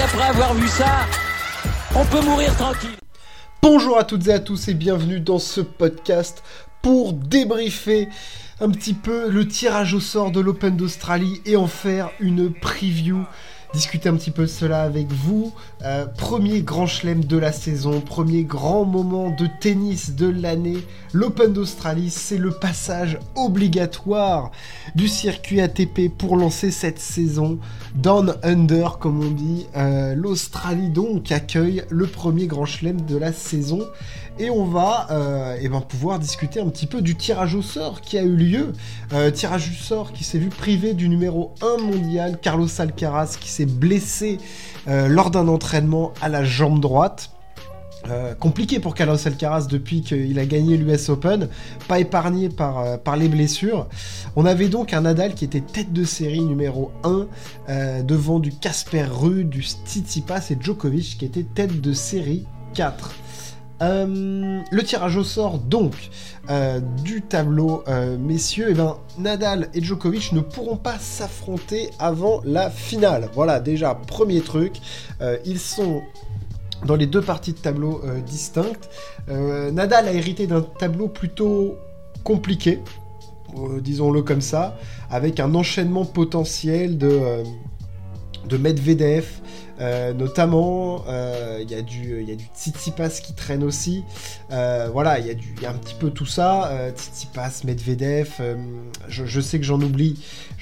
après avoir vu ça, on peut mourir tranquille. Bonjour à toutes et à tous et bienvenue dans ce podcast pour débriefer un petit peu le tirage au sort de l'Open d'Australie et en faire une preview. Discuter un petit peu de cela avec vous. Premier grand chelem de la saison, premier grand moment de tennis de l'année. L'Open d'Australie, c'est le passage obligatoire du circuit ATP pour lancer cette saison. Down Under, comme on dit. L'Australie donc accueille le premier grand chelem de la saison. Et on va pouvoir discuter un petit peu du tirage au sort qui a eu lieu. Tirage au sort qui s'est vu privé du numéro 1 mondial, Carlos Alcaraz, qui s'est blessé lors d'un entraînement à la jambe droite. Compliqué pour Carlos Alcaraz depuis qu'il a gagné l'US Open, pas épargné par les blessures. On avait donc un Nadal qui était tête de série numéro 1 devant du Casper Ruud, du Tsitsipas et Djokovic qui était tête de série 4. Le tirage au sort donc du tableau, messieurs, Nadal et Djokovic ne pourront pas s'affronter avant la finale. Voilà, déjà, premier truc, ils sont dans les deux parties de tableau distinctes. Nadal a hérité d'un tableau plutôt compliqué, disons-le comme ça, avec un enchaînement potentiel de Medvedev, notamment il y a du Tsitsipas qui traîne aussi, voilà, il y a un petit peu tout ça, Tsitsipas, Medvedev, je sais que j'en oublie,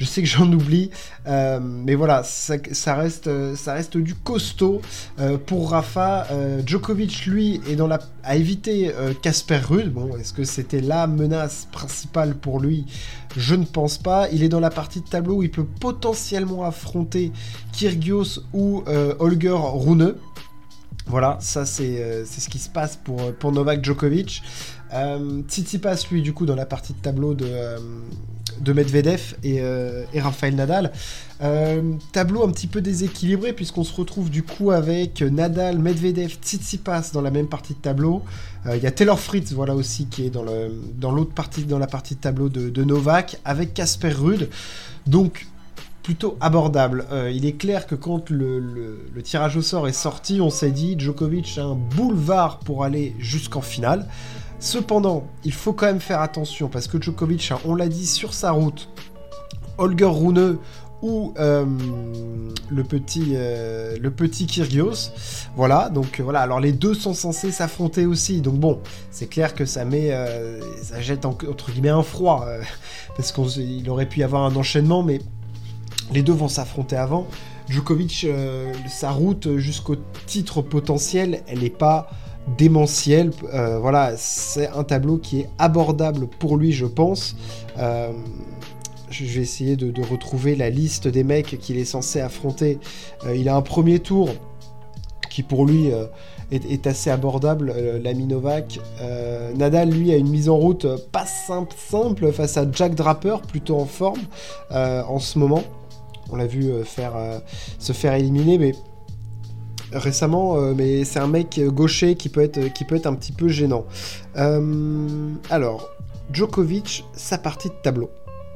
mais voilà, ça reste du costaud pour Rafa. Djokovic lui a évité Casper Ruud. Bon, est-ce que c'était la menace principale pour lui? Je ne pense pas. Il est dans la partie de tableau où il peut potentiellement affronter Kyrgios ou Holger Rune. Voilà, ça c'est ce qui se passe pour Novak Djokovic. Tsitsipas, lui, du coup, dans la partie de tableau de Medvedev et Rafael Nadal. Tableau un petit peu déséquilibré puisqu'on se retrouve du coup avec Nadal, Medvedev, Tsitsipas dans la même partie de tableau. Il y a Taylor Fritz, voilà, aussi, qui est dans l'autre partie, dans la partie de tableau de Novak, avec Casper Ruud. Donc plutôt abordable. Il est clair que quand le tirage au sort est sorti, on s'est dit Djokovic a un boulevard pour aller jusqu'en finale. Cependant, il faut quand même faire attention parce que Djokovic, on l'a dit, sur sa route, Holger Rune ou le petit Kyrgios, voilà, donc voilà, alors les deux sont censés s'affronter aussi, donc bon, c'est clair que ça jette entre guillemets un froid, parce qu'il aurait pu y avoir un enchaînement, mais les deux vont s'affronter avant. Djokovic, sa route jusqu'au titre potentiel, elle n'est pas démentielle, voilà, c'est un tableau qui est abordable pour lui, je pense. Je vais essayer de retrouver la liste des mecs qu'il est censé affronter. Il a un premier tour qui pour lui est assez abordable, l'ami Novak. Nadal, lui, a une mise en route pas simple face à Jack Draper, plutôt en forme en ce moment. On l'a vu se faire éliminer, mais récemment, mais c'est un mec gaucher qui peut être un petit peu gênant. Alors, Djokovic, sa partie de tableau.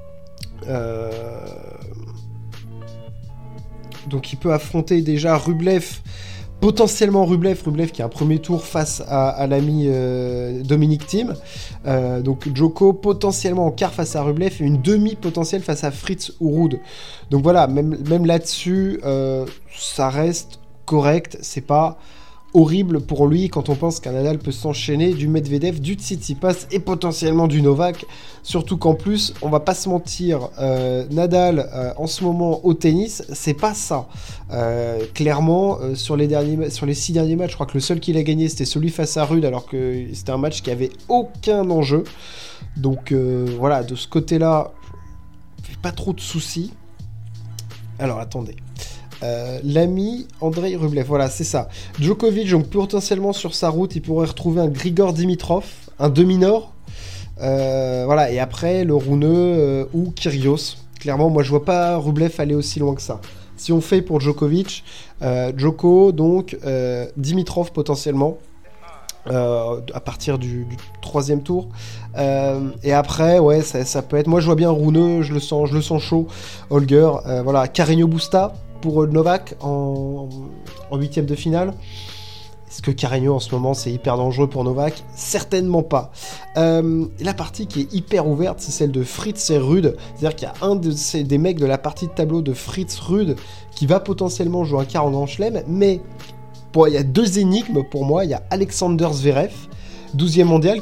Donc il peut affronter déjà potentiellement Rublev qui a un premier tour face à l'ami Dominic Thiem. Donc Djoko potentiellement en quart face à Rublev et une demi potentielle face à Fritz ou Ruud. Donc voilà, même là-dessus, ça reste correct, c'est pas horrible pour lui quand on pense qu'un Nadal peut s'enchaîner du Medvedev, du Tsitsipas et potentiellement du Novak, surtout qu'en plus, on va pas se mentir, Nadal en ce moment au tennis, c'est pas ça. Clairement, sur les 6 derniers matchs, je crois que le seul qu'il a gagné c'était celui face à Ruud, alors que c'était un match qui avait aucun enjeu. Donc voilà, de ce côté-là, pas trop de soucis. Alors attendez. L'ami Andrei Rublev, voilà, c'est ça. Djokovic, donc potentiellement sur sa route, il pourrait retrouver un Grigor Dimitrov, un demi-nord. Voilà, et après le Rune ou Kyrgios. Clairement, moi je vois pas Rublev aller aussi loin que ça. Si on fait pour Djokovic, Djoko, donc Dimitrov potentiellement. À partir du 3e tour, et après ça peut être, moi je vois bien Rune, je le sens chaud, Holger, voilà, Carreño Busta, pour Novak en huitième de finale. Est-ce que Carreño en ce moment c'est hyper dangereux pour Novak? Certainement pas. La partie qui est hyper ouverte, c'est celle de Fritz et Rude. C'est-à-dire qu'il y a des mecs de la partie de tableau de Fritz Rude qui va potentiellement jouer un quart en Grand Chelem, mais bon, il y a deux énigmes pour moi. Il y a Alexander Zverev, 12e mondial,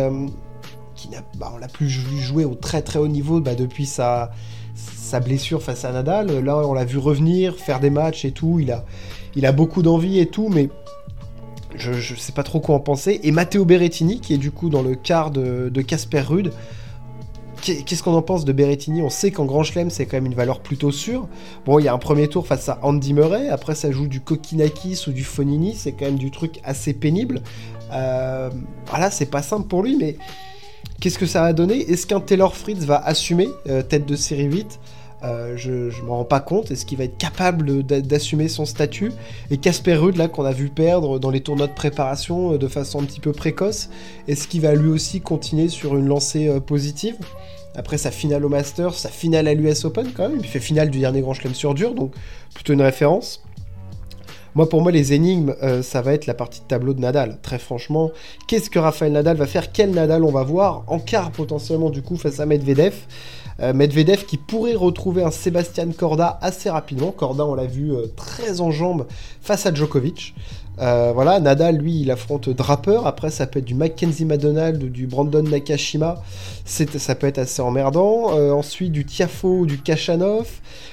on l'a plus vu jouer au très très haut niveau depuis sa blessure face à Nadal. Là, on l'a vu revenir, faire des matchs et tout. Il a beaucoup d'envie et tout, mais je sais pas trop quoi en penser. Et Matteo Berrettini, qui est du coup dans le quart de Casper Ruud. Qu'est-ce qu'on en pense de Berrettini? On sait qu'en Grand Chelem, c'est quand même une valeur plutôt sûre. Bon, il y a un premier tour face à Andy Murray. Après, ça joue du Kokkinakis ou du Fognini. C'est quand même du truc assez pénible. Voilà, c'est pas simple pour lui, mais qu'est-ce que ça va donner? Est-ce qu'un Taylor Fritz va assumer tête de série 8? Je m'en rends pas compte. Est-ce qu'il va être capable d'assumer son statut? Et Casper Ruud, là, qu'on a vu perdre dans les tournois de préparation de façon un petit peu précoce, est-ce qu'il va lui aussi continuer sur une lancée positive? Après sa finale au Masters, sa finale à l'US Open quand même, il fait finale du dernier Grand Chelem sur dur, donc plutôt une référence. Pour moi, les énigmes, ça va être la partie de tableau de Nadal. Très franchement, qu'est-ce que Rafael Nadal va faire? Quel Nadal on va voir? En quart potentiellement du coup face à Medvedev. Medvedev qui pourrait retrouver un Sébastien Corda assez rapidement. Corda, on l'a vu très en jambes face à Djokovic. Voilà, Nadal, lui, il affronte Draper. Après, ça peut être du Mackenzie McDonald ou du Brandon Nakashima. Ça peut être assez emmerdant. Ensuite, du Tiafoe ou du Khachanov.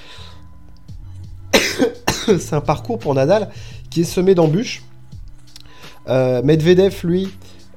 C'est un parcours pour Nadal qui est semé d'embûches. Medvedev, lui,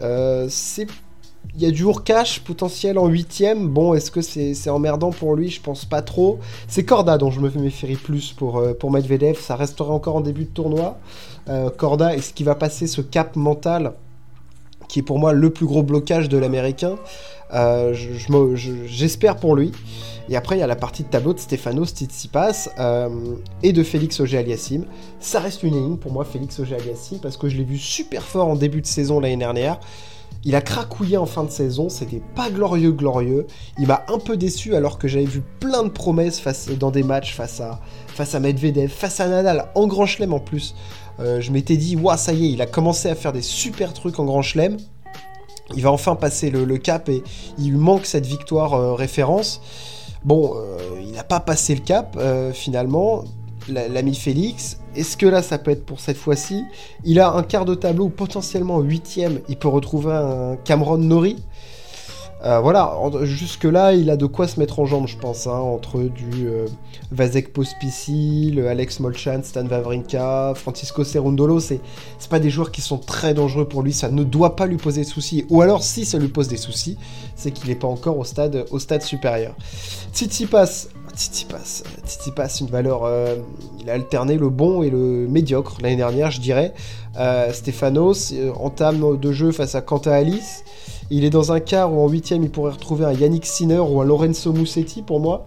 il y a du Hurkacz potentiel en 8ème. Bon, est-ce que c'est emmerdant pour lui? Je pense pas trop. C'est Corda dont je me méfierais plus pour Medvedev. Ça restera encore en début de tournoi. Corda, est-ce qu'il va passer ce cap mental qui est pour moi le plus gros blocage de l'américain? J'espère pour lui. Et après, il y a la partie de tableau de Stefanos Tsitsipas et de Félix Auger-Aliassime. Ça reste une énigme pour moi, Félix Auger-Aliassime, parce que je l'ai vu super fort en début de saison l'année dernière. Il a cracouillé en fin de saison, c'était pas glorieux. Il m'a un peu déçu alors que j'avais vu plein de promesses dans des matchs face à Medvedev, face à Nadal, en Grand Chelem en plus. Je m'étais dit, ça y est, il a commencé à faire des super trucs en Grand Chelem. Il va enfin passer le cap et il lui manque cette victoire référence. Bon, il n'a pas passé le cap finalement, l'ami Félix. Est-ce que là, ça peut être pour cette fois-ci? Il a un quart de tableau, potentiellement 8ème, il peut retrouver un Cameron Norrie. Voilà, jusque-là, il a de quoi se mettre en jambe, je pense, entre du Vasek Pospisil, Alex Molchan, Stan Wawrinka, Francisco Cerundolo, c'est pas des joueurs qui sont très dangereux pour lui, ça ne doit pas lui poser de soucis. Ou alors, si ça lui pose des soucis, c'est qu'il n'est pas encore au stade supérieur. Tsitsipas, une valeur... il a alterné le bon et le médiocre l'année dernière, je dirais. Stefanos entame de jeu face à Quentin Alice. Il est dans un quart où en 8ème, il pourrait retrouver un Yannick Sinner ou un Lorenzo Musetti pour moi.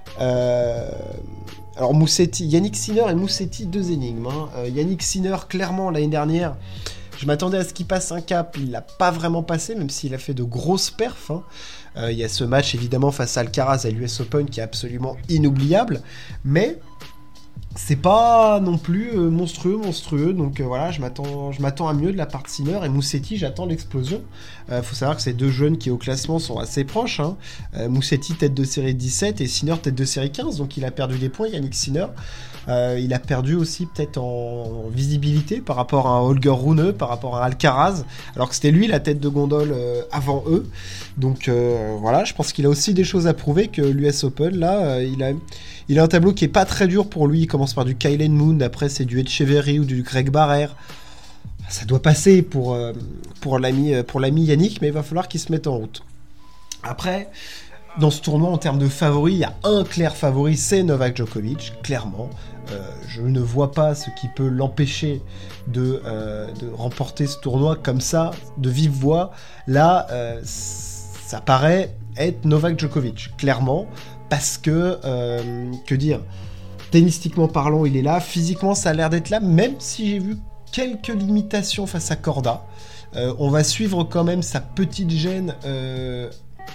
Alors Yannick Sinner et Musetti, deux énigmes. Yannick Sinner, clairement, l'année dernière, je m'attendais à ce qu'il passe un cap. Il l'a pas vraiment passé, même s'il a fait de grosses perfs. Il y a ce match, évidemment, face à Alcaraz à l'US Open qui est absolument inoubliable. Mais... c'est pas non plus monstrueux, donc voilà, je m'attends à mieux de la part de Sinner. Et Musetti, j'attends l'explosion. Faut savoir que ces deux jeunes qui au classement sont assez proches. Musetti tête de série 17 et Sinner tête de série 15, donc il a perdu des points, Yannick Sinner. Il a perdu aussi peut-être en visibilité par rapport à un Holger Rune, par rapport à Alcaraz, alors que c'était lui la tête de gondole avant eux. Donc voilà, je pense qu'il a aussi des choses à prouver, que l'US Open, là, il a un tableau qui est pas très dur pour lui. Il commence par du Kylen Moon, après c'est du Etcheverry ou du Greg Barrère. Ça doit passer pour l'ami Yannick, mais il va falloir qu'il se mette en route. Après, dans ce tournoi, en termes de favoris, il y a un clair favori, c'est Novak Djokovic, clairement. Je ne vois pas ce qui peut l'empêcher de remporter ce tournoi comme ça, de vive voix. Là, ça paraît être Novak Djokovic, clairement, parce que, que dire, tennistiquement parlant, il est là, physiquement, ça a l'air d'être là, même si j'ai vu quelques limitations face à Corda. On va suivre quand même sa petite gêne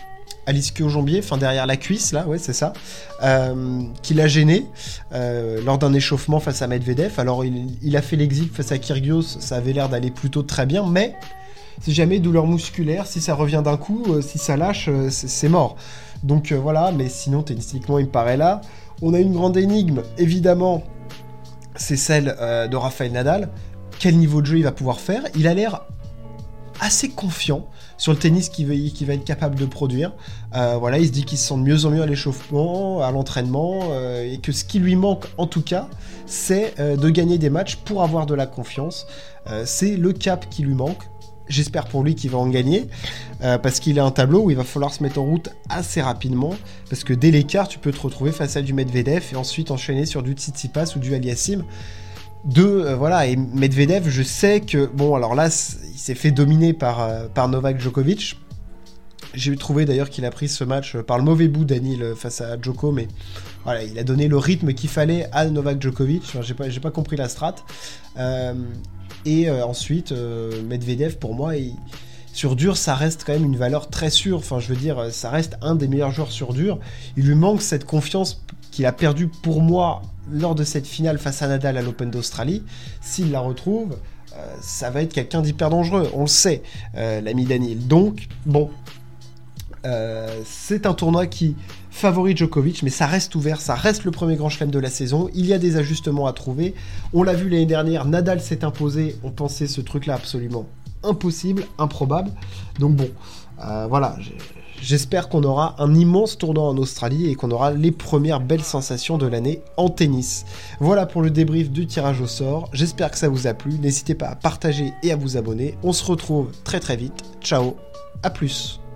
à l'ischio-jambier, enfin derrière la cuisse, là, ouais, c'est ça, qui l'a gêné lors d'un échauffement face à Medvedev. Alors, il a fait l'exit face à Kyrgios, ça avait l'air d'aller plutôt très bien, mais si jamais douleur musculaire, si ça revient d'un coup, si ça lâche, c'est mort. Donc voilà, mais sinon, tennistiquement, il me paraît là. On a une grande énigme, évidemment, c'est celle de Rafael Nadal. Quel niveau de jeu il va pouvoir faire? Il a l'air assez confiant sur le tennis qu'il va être capable de produire. Voilà, il se dit qu'il se sent de mieux en mieux à l'échauffement, à l'entraînement, et que ce qui lui manque en tout cas, c'est de gagner des matchs pour avoir de la confiance. C'est le cap qui lui manque. J'espère pour lui qu'il va en gagner, parce qu'il a un tableau où il va falloir se mettre en route assez rapidement, parce que dès l'écart, tu peux te retrouver face à du Medvedev et ensuite enchaîner sur du Tsitsipas ou du Aliassime. Voilà, et Medvedev, je sais que, bon, alors là, il s'est fait dominer par Novak Djokovic. J'ai trouvé d'ailleurs qu'il a pris ce match par le mauvais bout, Daniil, face à Djoko, mais voilà, il a donné le rythme qu'il fallait à Novak Djokovic. Enfin, j'ai pas compris la strat. Ensuite, Medvedev, pour moi, sur dur, ça reste quand même une valeur très sûre. Enfin, je veux dire, ça reste un des meilleurs joueurs sur dur. Il lui manque cette confiance qu'il a perdue pour moi lors de cette finale face à Nadal à l'Open d'Australie. S'il la retrouve, ça va être quelqu'un d'hyper dangereux. On le sait, l'ami Daniil. Donc, bon, c'est un tournoi qui favorise Djokovic, mais ça reste ouvert, ça reste le premier grand chelem de la saison. Il y a des ajustements à trouver. On l'a vu l'année dernière, Nadal s'est imposé. On pensait ce truc-là absolument impossible, improbable. Donc bon, voilà, j'espère qu'on aura un immense tournoi en Australie et qu'on aura les premières belles sensations de l'année en tennis. Voilà pour le débrief du tirage au sort. J'espère que ça vous a plu. N'hésitez pas à partager et à vous abonner. On se retrouve très très vite. Ciao, à plus.